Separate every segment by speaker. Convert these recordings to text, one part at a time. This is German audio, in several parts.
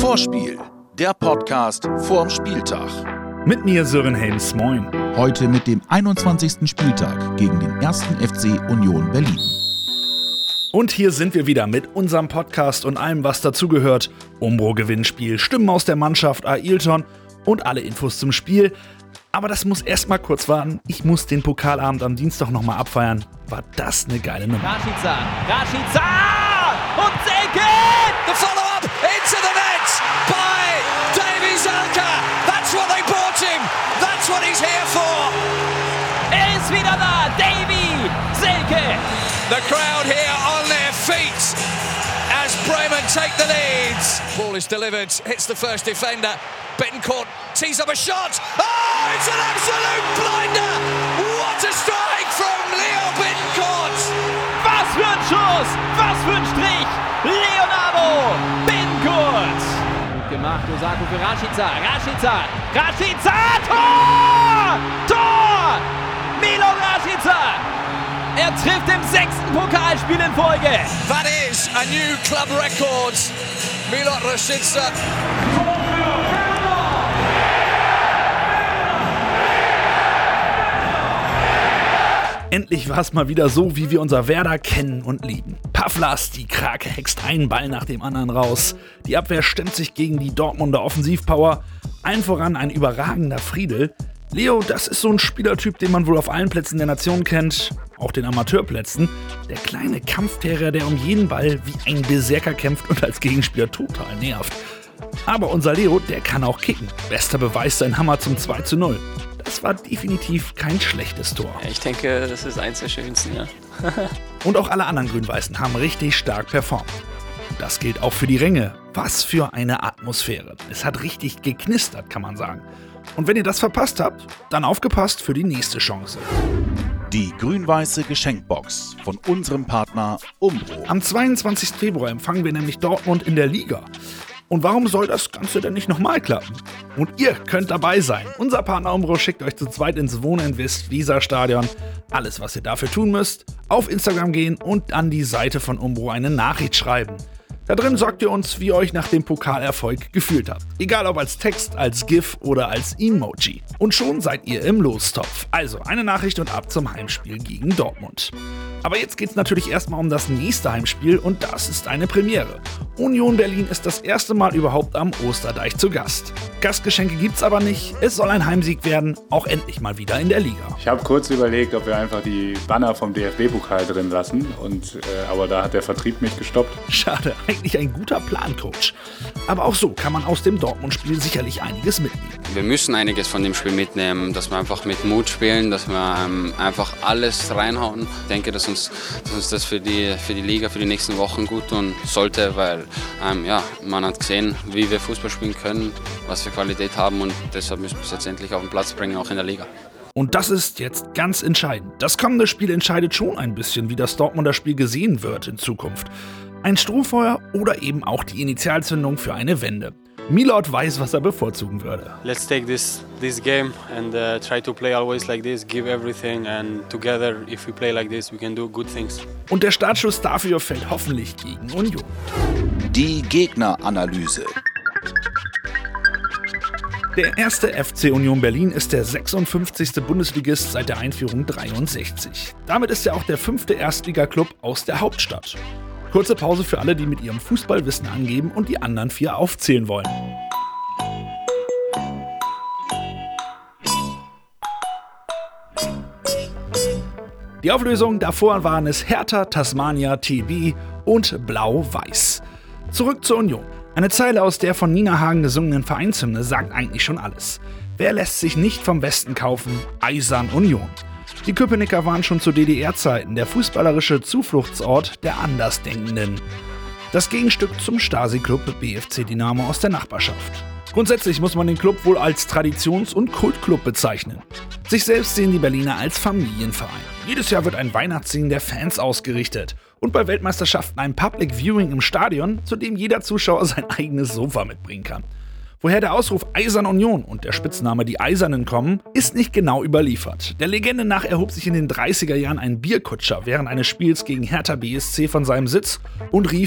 Speaker 1: Vorspiel, der Podcast vorm Spieltag.
Speaker 2: Mit mir Sören Helms, moin.
Speaker 1: Heute mit dem 21. Spieltag gegen den 1. FC Union Berlin.
Speaker 2: Und hier sind wir wieder mit unserem Podcast und allem, was dazugehört. Umbro-Gewinnspiel, Stimmen aus der Mannschaft, Ailton und alle Infos zum Spiel. Aber das muss erstmal kurz warten. Ich muss den Pokalabend am Dienstag nochmal abfeiern. War das eine geile Nummer.
Speaker 3: Rashica und Selke!
Speaker 4: The follow-up into the net by Davy Selke. That's what they bought him. That's what he's here for.
Speaker 3: Er ist wieder da, Davy Selke!
Speaker 4: The crowd here on their feet as Bremen take the lead. Ball is delivered, hits the first defender. Bittencourt tees up a shot. Oh, it's an absolute blinder. What a strike from Leo Bittencourt.
Speaker 3: Was für ein Schuss! Was für ein Strich! Leonardo Bittencourt! Gut gemacht, Osako für Rashica! Tor! Tor! Milot Rashica! Er trifft im 6. Pokalspiel in Folge.
Speaker 4: That is a new club record. Milot Rashica.
Speaker 2: Endlich war es mal wieder so, wie wir unser Werder kennen und lieben. Pavlas, die Krake hext einen Ball nach dem anderen raus. Die Abwehr stemmt sich gegen die Dortmunder Offensivpower. Allen voran ein überragender Friedel. Leo, das ist so ein Spielertyp, den man wohl auf allen Plätzen der Nation kennt, auch den Amateurplätzen. Der kleine Kampfterrier, der um jeden Ball wie ein Berserker kämpft und als Gegenspieler total nervt. Aber unser Leo, der kann auch kicken. Bester Beweis sein Hammer zum 2:0. Das war definitiv kein schlechtes Tor.
Speaker 5: Ich denke, das ist eins der schönsten, ja.
Speaker 2: Und auch alle anderen Grün-Weißen haben richtig stark performt. Und das gilt auch für die Ränge. Was für eine Atmosphäre. Es hat richtig geknistert, kann man sagen. Und wenn ihr das verpasst habt, dann aufgepasst für die nächste Chance.
Speaker 1: Die grün-weiße Geschenkbox von unserem Partner Umbro.
Speaker 2: Am 22. Februar empfangen wir nämlich Dortmund in der Liga. Und warum soll das Ganze denn nicht nochmal klappen? Und ihr könnt dabei sein. Unser Partner Umbro schickt euch zu zweit ins Wohninvest-Weserstadion. Alles, was ihr dafür tun müsst, auf Instagram gehen und an die Seite von Umbro eine Nachricht schreiben. Da drin sagt ihr uns, wie ihr euch nach dem Pokalerfolg gefühlt habt. Egal ob als Text, als GIF oder als Emoji. Und schon seid ihr im Lostopf. Also eine Nachricht und ab zum Heimspiel gegen Dortmund. Aber jetzt geht's natürlich erstmal um das nächste Heimspiel und das ist eine Premiere. Union Berlin ist das erste Mal überhaupt am Osterdeich zu Gast. Gastgeschenke gibt's aber nicht, es soll ein Heimsieg werden, auch endlich mal wieder in der Liga.
Speaker 6: Ich habe kurz überlegt, ob wir einfach die Banner vom DFB-Pokal drin lassen, aber da hat der Vertrieb mich gestoppt.
Speaker 2: Schade, eigentlich ein guter Plan, Coach. Aber auch so kann man aus dem Dortmund-Spiel sicherlich einiges mitnehmen.
Speaker 5: Wir müssen einiges von dem Spiel mitnehmen, dass wir einfach mit Mut spielen, dass wir einfach alles reinhauen. Ich denke, dass uns das für die Liga, für die nächsten Wochen gut tun sollte, weil man hat gesehen, wie wir Fußball spielen können, was wir Qualität haben und deshalb müssen wir es jetzt endlich auf den Platz bringen, auch in der Liga.
Speaker 2: Und das ist jetzt ganz entscheidend. Das kommende Spiel entscheidet schon ein bisschen, wie das Dortmunder Spiel gesehen wird in Zukunft. Ein Strohfeuer oder eben auch die Initialzündung für eine Wende. Milot weiß, was er bevorzugen würde.
Speaker 7: Let's take this game and try to play always like this, give everything and together if we play like this we can do good things.
Speaker 2: Und der Startschuss dafür fällt hoffentlich gegen Union.
Speaker 1: Die Gegneranalyse.
Speaker 2: Der erste FC Union Berlin ist der 56. Bundesligist seit der Einführung 63. Damit ist er auch der 5. Erstligaklub aus der Hauptstadt. Kurze Pause für alle, die mit ihrem Fußballwissen angeben und die anderen 4 aufzählen wollen. Die Auflösung davor waren es Hertha, Tasmania, TB und Blau-Weiß. Zurück zur Union. Eine Zeile aus der von Nina Hagen gesungenen Vereinshymne sagt eigentlich schon alles. Wer lässt sich nicht vom Westen kaufen? Eisern Union. Die Köpenicker waren schon zu DDR-Zeiten der fußballerische Zufluchtsort der Andersdenkenden. Das Gegenstück zum Stasi-Club BFC Dynamo aus der Nachbarschaft. Grundsätzlich muss man den Club wohl als Traditions- und Kultclub bezeichnen. Sich selbst sehen die Berliner als Familienverein. Jedes Jahr wird ein Weihnachtssingen der Fans ausgerichtet und bei Weltmeisterschaften ein Public Viewing im Stadion, zu dem jeder Zuschauer sein eigenes Sofa mitbringen kann. Woher der Ausruf Eisern Union und der Spitzname die Eisernen kommen, ist nicht genau überliefert. Der Legende nach erhob sich in den 30er Jahren ein Bierkutscher während eines Spiels gegen Hertha BSC von seinem Sitz und rief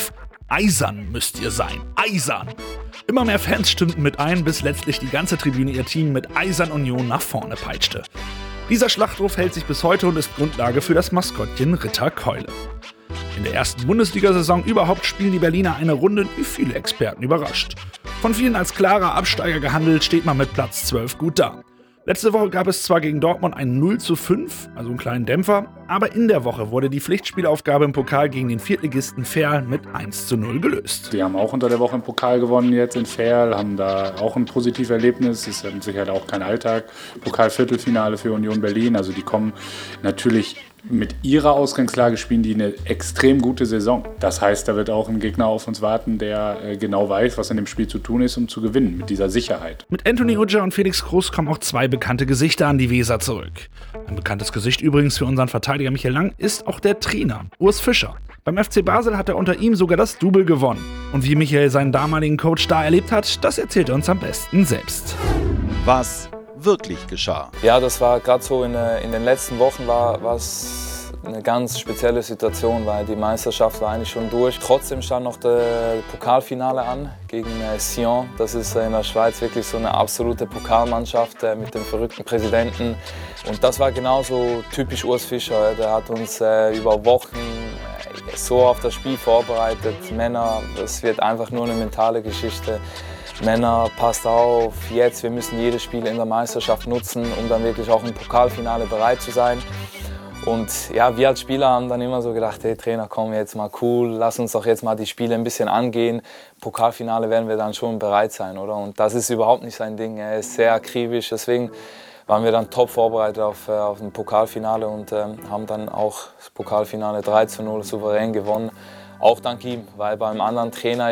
Speaker 2: Eisern müsst ihr sein. Eisern! Immer mehr Fans stimmten mit ein, bis letztlich die ganze Tribüne ihr Team mit Eisern Union nach vorne peitschte. Dieser Schlachtruf hält sich bis heute und ist Grundlage für das Maskottchen Ritter Keule. In der ersten Bundesliga-Saison überhaupt spielen die Berliner eine Runde, die viele Experten überrascht. Von vielen als klarer Absteiger gehandelt, steht man mit Platz 12 gut da. Letzte Woche gab es zwar gegen Dortmund ein 0:5, also einen kleinen Dämpfer, aber in der Woche wurde die Pflichtspielaufgabe im Pokal gegen den Viertligisten Verl mit 1:0 gelöst.
Speaker 6: Wir haben auch unter der Woche im Pokal gewonnen jetzt in Verl, haben da auch ein positives Erlebnis. Ist ja mit Sicherheit auch kein Alltag. Pokal-Viertelfinale für Union Berlin, also die kommen natürlich mit ihrer Ausgangslage, spielen die eine extrem gute Saison. Das heißt, da wird auch ein Gegner auf uns warten, der genau weiß, was in dem Spiel zu tun ist, um zu gewinnen, mit dieser Sicherheit.
Speaker 2: Mit Anthony Ujah und Felix Groß kommen auch zwei bekannte Gesichter an die Weser zurück. Ein bekanntes Gesicht übrigens für unseren Verteidiger Michael Lang ist auch der Trainer, Urs Fischer. Beim FC Basel hat er unter ihm sogar das Double gewonnen. Und wie Michael seinen damaligen Coach da erlebt hat, das erzählt er uns am besten selbst.
Speaker 1: Was wirklich geschah.
Speaker 8: Ja, das war gerade so in den letzten Wochen war es eine ganz spezielle Situation, weil die Meisterschaft war eigentlich schon durch. Trotzdem stand noch das Pokalfinale an gegen Sion. Das ist in der Schweiz wirklich so eine absolute Pokalmannschaft mit dem verrückten Präsidenten. Und das war genauso typisch Urs Fischer. Der hat uns über Wochen so auf das Spiel vorbereitet. Männer, es wird einfach nur eine mentale Geschichte. Männer, passt auf, jetzt, wir müssen jedes Spiel in der Meisterschaft nutzen, um dann wirklich auch im Pokalfinale bereit zu sein. Und ja, wir als Spieler haben dann immer so gedacht, hey Trainer, komm jetzt mal cool, lass uns doch jetzt mal die Spiele ein bisschen angehen. Pokalfinale werden wir dann schon bereit sein, oder? Und das ist überhaupt nicht sein Ding, er ist sehr akribisch, deswegen waren wir dann top vorbereitet auf ein Pokalfinale und haben dann auch das Pokalfinale 3:0 souverän gewonnen. Auch dank ihm, weil beim anderen Trainer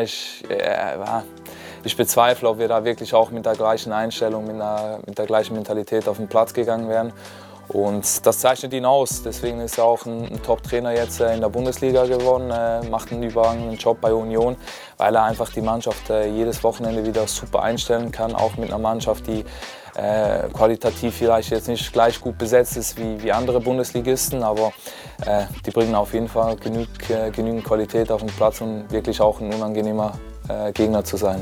Speaker 8: ich bezweifle, ob wir da wirklich auch mit der gleichen Einstellung, mit der gleichen Mentalität auf den Platz gegangen wären. Und das zeichnet ihn aus. Deswegen ist er auch ein Top-Trainer jetzt in der Bundesliga geworden, macht einen überragenden Job bei Union, weil er einfach die Mannschaft jedes Wochenende wieder super einstellen kann, auch mit einer Mannschaft, die qualitativ vielleicht jetzt nicht gleich gut besetzt ist wie andere Bundesligisten, aber die bringen auf jeden Fall genügend Qualität auf den Platz und wirklich auch ein unangenehmer Gegner zu sein.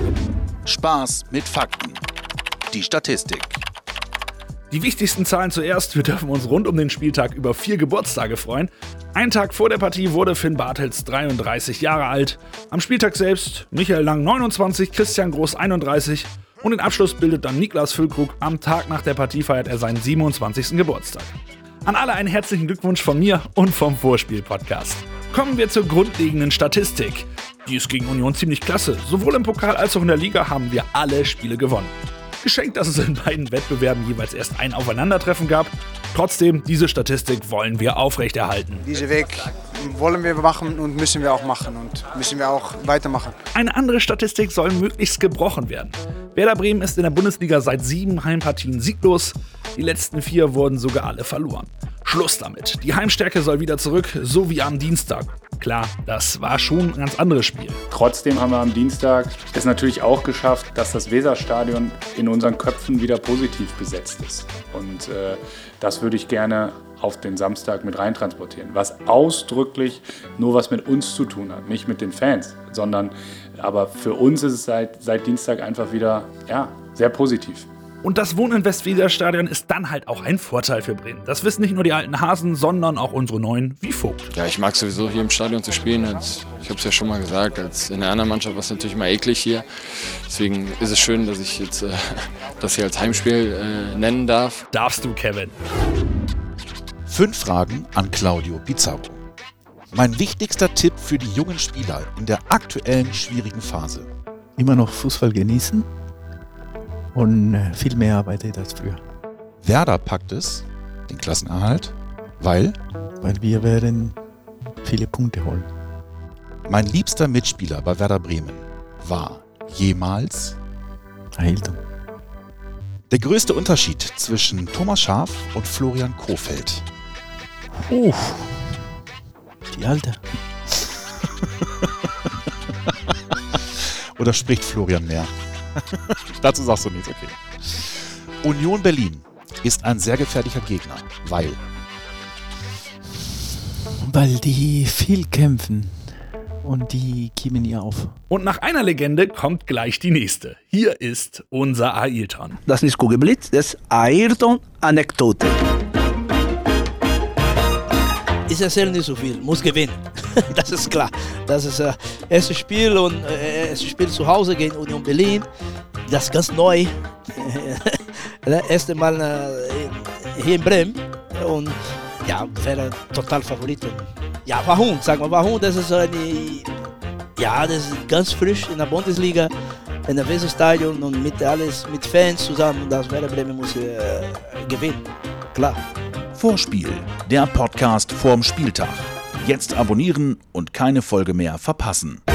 Speaker 1: Spaß mit Fakten. Die Statistik.
Speaker 2: Die wichtigsten Zahlen zuerst. Wir dürfen uns rund um den Spieltag über 4 Geburtstage freuen. Einen Tag vor der Partie wurde Finn Bartels 33 Jahre alt. Am Spieltag selbst Michael Lang 29, Christian Groß 31 und den Abschluss bildet dann Niklas Füllkrug. Am Tag nach der Partie feiert er seinen 27. Geburtstag. An alle einen herzlichen Glückwunsch von mir und vom Vorspiel-Podcast. Kommen wir zur grundlegenden Statistik. Die ist gegen Union ziemlich klasse. Sowohl im Pokal als auch in der Liga haben wir alle Spiele gewonnen. Geschenkt, dass es in beiden Wettbewerben jeweils erst ein Aufeinandertreffen gab. Trotzdem, diese Statistik wollen wir aufrechterhalten.
Speaker 9: Diesen Weg wollen wir machen und müssen wir auch machen und müssen wir auch weitermachen.
Speaker 2: Eine andere Statistik soll möglichst gebrochen werden. Werder Bremen ist in der Bundesliga seit 7 Heimpartien sieglos. Die letzten 4 wurden sogar alle verloren. Schluss damit. Die Heimstärke soll wieder zurück, so wie am Dienstag. Klar, das war schon ein ganz anderes Spiel.
Speaker 6: Trotzdem haben wir am Dienstag es natürlich auch geschafft, dass das Weserstadion in unseren Köpfen wieder positiv besetzt ist. Und das würde ich gerne auf den Samstag mit reintransportieren. Was ausdrücklich nur was mit uns zu tun hat, nicht mit den Fans, sondern aber für uns ist es seit Dienstag einfach wieder sehr positiv.
Speaker 2: Und das Wohnen im Westweserstadion ist dann halt auch ein Vorteil für Bremen. Das wissen nicht nur die alten Hasen, sondern auch unsere Neuen wie Vogt.
Speaker 5: Ja, ich mag sowieso hier im Stadion zu spielen. Ich habe es ja schon mal gesagt, als in der anderen Mannschaft war es natürlich mal eklig hier. Deswegen ist es schön, dass ich jetzt das hier als Heimspiel nennen darf.
Speaker 2: Darfst du, Kevin.
Speaker 1: 5 Fragen an Claudio Pizarro. Mein wichtigster Tipp für die jungen Spieler in der aktuellen schwierigen Phase.
Speaker 10: Immer noch Fußball genießen und viel mehr arbeiten als früher.
Speaker 1: Werder packt es, den Klassenerhalt, weil
Speaker 10: wir werden viele Punkte holen.
Speaker 1: Mein liebster Mitspieler bei Werder Bremen war jemals
Speaker 10: Ailton.
Speaker 1: Der größte Unterschied zwischen Thomas Schaaf und Florian Kohfeldt.
Speaker 10: Die Alte.
Speaker 1: Oder spricht Florian mehr? Dazu sagst du nichts, okay. Union Berlin ist ein sehr gefährlicher Gegner,
Speaker 10: weil die viel kämpfen und die geben ihr auf.
Speaker 2: Und nach einer Legende kommt gleich die nächste. Hier ist unser Ayrton.
Speaker 11: Das ist Kugelblitz, das Ayrton-Anekdote. Ich erzähle nicht so viel, muss gewinnen. Das ist klar. Das ist das erste Spiel und erstes Spiel zu Hause gegen Union Berlin. Das ist ganz neu. Das erste Mal hier in Bremen. Und ja, wäre total Favorit. Und, ja, warum? Sag mal, warum? Das ist das ist ganz frisch in der Bundesliga, in der Weserstadion und mit Fans zusammen. Das Werder Bremen muss gewinnen. Klar.
Speaker 1: Vorspiel, der Podcast vorm Spieltag. Jetzt abonnieren und keine Folge mehr verpassen.